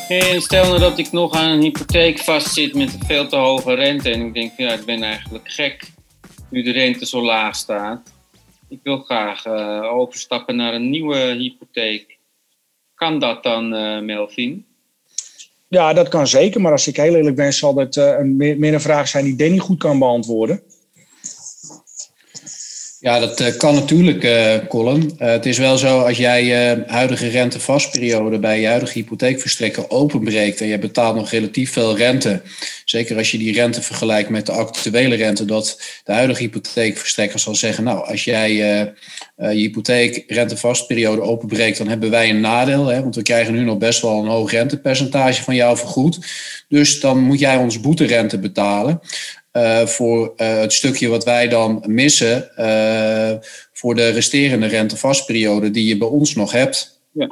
En stel nou dat ik nog aan een hypotheek vastzit met een veel te hoge rente. En ik denk, ja, ik ben eigenlijk gek nu de rente zo laag staat. Ik wil graag overstappen naar een nieuwe hypotheek. Kan dat dan, Melvin? Ja, dat kan zeker. Maar als ik heel eerlijk ben, zal dat meer een vraag zijn die Danny goed kan beantwoorden. Ja, dat kan natuurlijk, Colin. Het is wel zo, als jij je huidige rentevastperiode bij je huidige hypotheekverstrekker openbreekt en je betaalt nog relatief veel rente, zeker als je die rente vergelijkt met de actuele rente, dat de huidige hypotheekverstrekker zal zeggen, nou, als jij je hypotheekrentevastperiode openbreekt, dan hebben wij een nadeel, hè, want we krijgen nu nog best wel een hoog rentepercentage van jou vergoed. Dus dan moet jij ons boeterente betalen. Voor het stukje wat wij dan missen voor de resterende rentevastperiode die je bij ons nog hebt. Ja.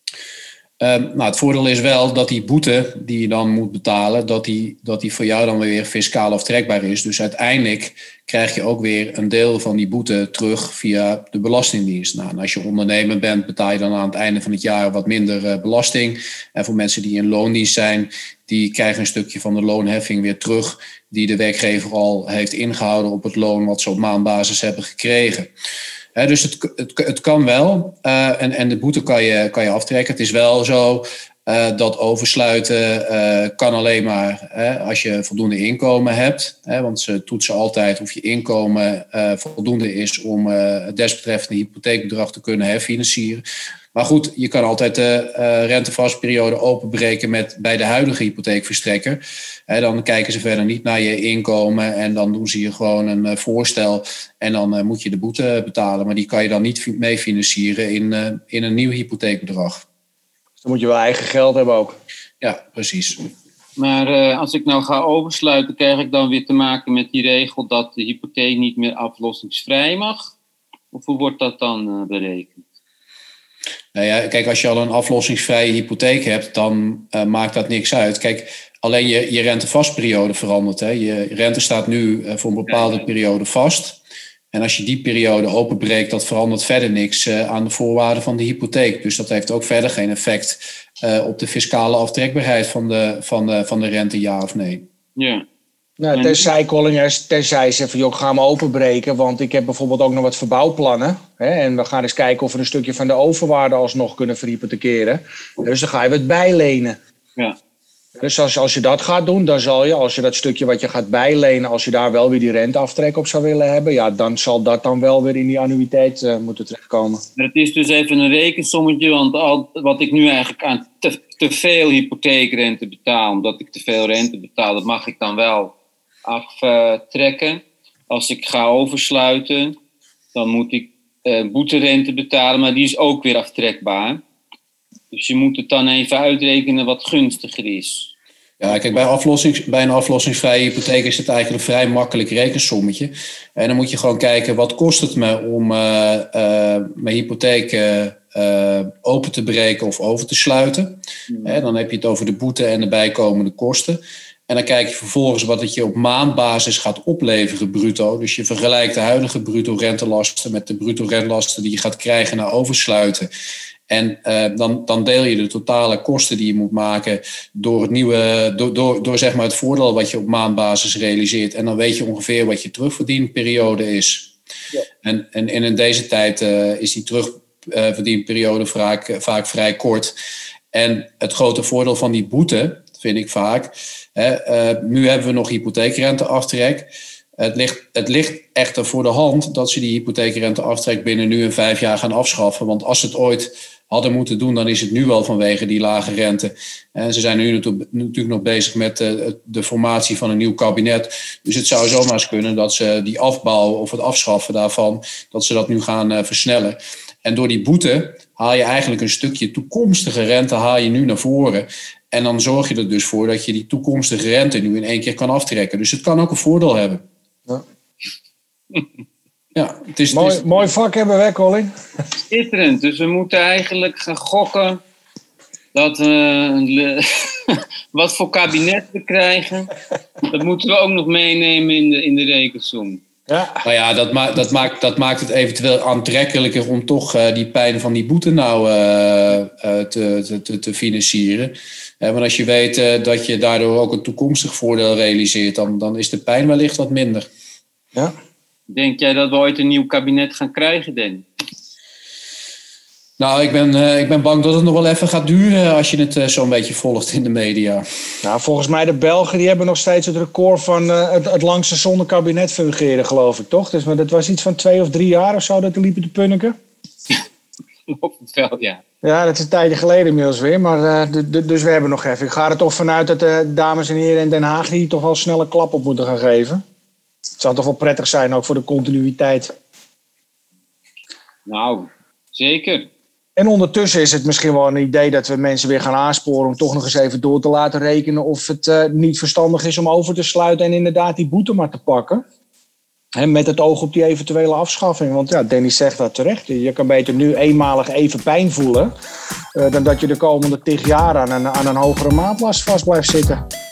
Nou, het voordeel is wel dat die boete die je dan moet betalen, dat die voor jou dan weer fiscaal aftrekbaar is. Dus uiteindelijk krijg je ook weer een deel van die boete terug via de Belastingdienst. Nou, en als je ondernemer bent, betaal je dan aan het einde van het jaar wat minder belasting. En voor mensen die in loondienst zijn, die krijgen een stukje van de loonheffing weer terug die de werkgever al heeft ingehouden op het loon wat ze op maandbasis hebben gekregen. Dus het kan wel en de boete kan je aftrekken. Het is wel zo dat oversluiten kan alleen maar als je voldoende inkomen hebt. Want ze toetsen altijd of je inkomen voldoende is om het desbetreffende hypotheekbedrag te kunnen herfinancieren. Maar goed, je kan altijd de rentevastperiode openbreken bij de huidige hypotheekverstrekker. Dan kijken ze verder niet naar je inkomen en dan doen ze je gewoon een voorstel. En dan moet je de boete betalen. Maar die kan je dan niet mee financieren in een nieuw hypotheekbedrag. Dus dan moet je wel eigen geld hebben ook. Ja, precies. Maar als ik nou ga oversluiten, krijg ik dan weer te maken met die regel dat de hypotheek niet meer aflossingsvrij mag? Of hoe wordt dat dan berekend? Nou ja, kijk, als je al een aflossingsvrije hypotheek hebt, dan maakt dat niks uit. Kijk, alleen je rentevastperiode verandert. Hè. Je rente staat nu voor een bepaalde periode vast. En als je die periode openbreekt, dat verandert verder niks aan de voorwaarden van de hypotheek. Dus dat heeft ook verder geen effect op de fiscale aftrekbaarheid van de rente, ja of nee. Ja. Nou, tenzij ze van, joh, gaan we openbreken, want ik heb bijvoorbeeld ook nog wat verbouwplannen. Hè, en we gaan eens kijken of we een stukje van de overwaarde alsnog kunnen verhypothekeren. Dus dan ga je het bijlenen. Ja. Dus als je dat gaat doen, dan zal je, als je dat stukje wat je gaat bijlenen, als je daar wel weer die renteaftrek op zou willen hebben, ja, dan zal dat dan wel weer in die annuïteit moeten terechtkomen. Maar het is dus even een rekensommetje, want wat ik nu eigenlijk aan te veel hypotheekrente betaal, omdat ik te veel rente betaal, dat mag ik dan wel aftrekken. Als ik ga oversluiten, dan moet ik boeterente betalen, maar die is ook weer aftrekbaar. Dus je moet het dan even uitrekenen wat gunstiger is. Ja, kijk, bij een aflossingsvrije hypotheek is het eigenlijk een vrij makkelijk rekensommetje. En dan moet je gewoon kijken, wat kost het me om mijn hypotheek open te breken of over te sluiten. Dan heb je het over de boete en de bijkomende kosten. En dan kijk je vervolgens wat het je op maandbasis gaat opleveren bruto. Dus je vergelijkt de huidige bruto rentelasten met de bruto rentelasten die je gaat krijgen na oversluiten. En dan deel je de totale kosten die je moet maken door het door zeg maar het voordeel wat je op maandbasis realiseert. En dan weet je ongeveer wat je terugverdienperiode is. Ja. En in deze tijd is die terugverdienperiode vaak vrij kort. En het grote voordeel van die boete, vind ik vaak. Nu hebben we nog hypotheekrenteaftrek. Het ligt echter voor de hand dat ze die hypotheekrenteaftrek binnen nu en 5 jaar gaan afschaffen. Want als ze het ooit hadden moeten doen, dan is het nu wel vanwege die lage rente. En ze zijn nu natuurlijk nog bezig met de formatie van een nieuw kabinet. Dus het zou zomaar eens kunnen dat ze die afbouw of het afschaffen daarvan, dat ze dat nu gaan versnellen. En door die boete haal je eigenlijk een stukje toekomstige rente haal je nu naar voren. En dan zorg je er dus voor dat je die toekomstige rente nu in 1 keer kan aftrekken. Dus het kan ook een voordeel hebben. Ja. Ja, mooi vak hebben we, Colin. Schitterend. Dus we moeten eigenlijk gaan gokken dat we wat voor kabinet we krijgen. Dat moeten we ook nog meenemen in de rekensom. Ja. Nou ja, dat maakt het eventueel aantrekkelijker om toch die pijn van die boete nou te financieren. Want als je weet dat je daardoor ook een toekomstig voordeel realiseert, dan is de pijn wellicht wat minder. Ja. Denk jij dat we ooit een nieuw kabinet gaan krijgen, Danny? Nou, ik ben bang dat het nog wel even gaat duren als je het zo'n beetje volgt in de media. Nou, volgens mij de Belgen die hebben nog steeds het record van het langste zonder kabinet fungeren, geloof ik, toch? Dus, maar dat was iets van 2 of 3 jaar of zo dat die liepen te punniken. Op het veld, ja. Ja, dat is een tijdje geleden inmiddels weer, maar dus we hebben nog even. Ik ga er toch vanuit dat de dames en heren in Den Haag die toch wel snel een klap op moeten gaan geven. Het zou toch wel prettig zijn, ook voor de continuïteit. Nou, zeker. En ondertussen is het misschien wel een idee dat we mensen weer gaan aansporen om toch nog eens even door te laten rekenen of het niet verstandig is om over te sluiten en inderdaad die boete maar te pakken. En met het oog op die eventuele afschaffing. Want ja, Dennis zegt dat terecht. Je kan beter nu eenmalig even pijn voelen dan dat je de komende 10 jaar aan een hogere maatlast vast blijft zitten.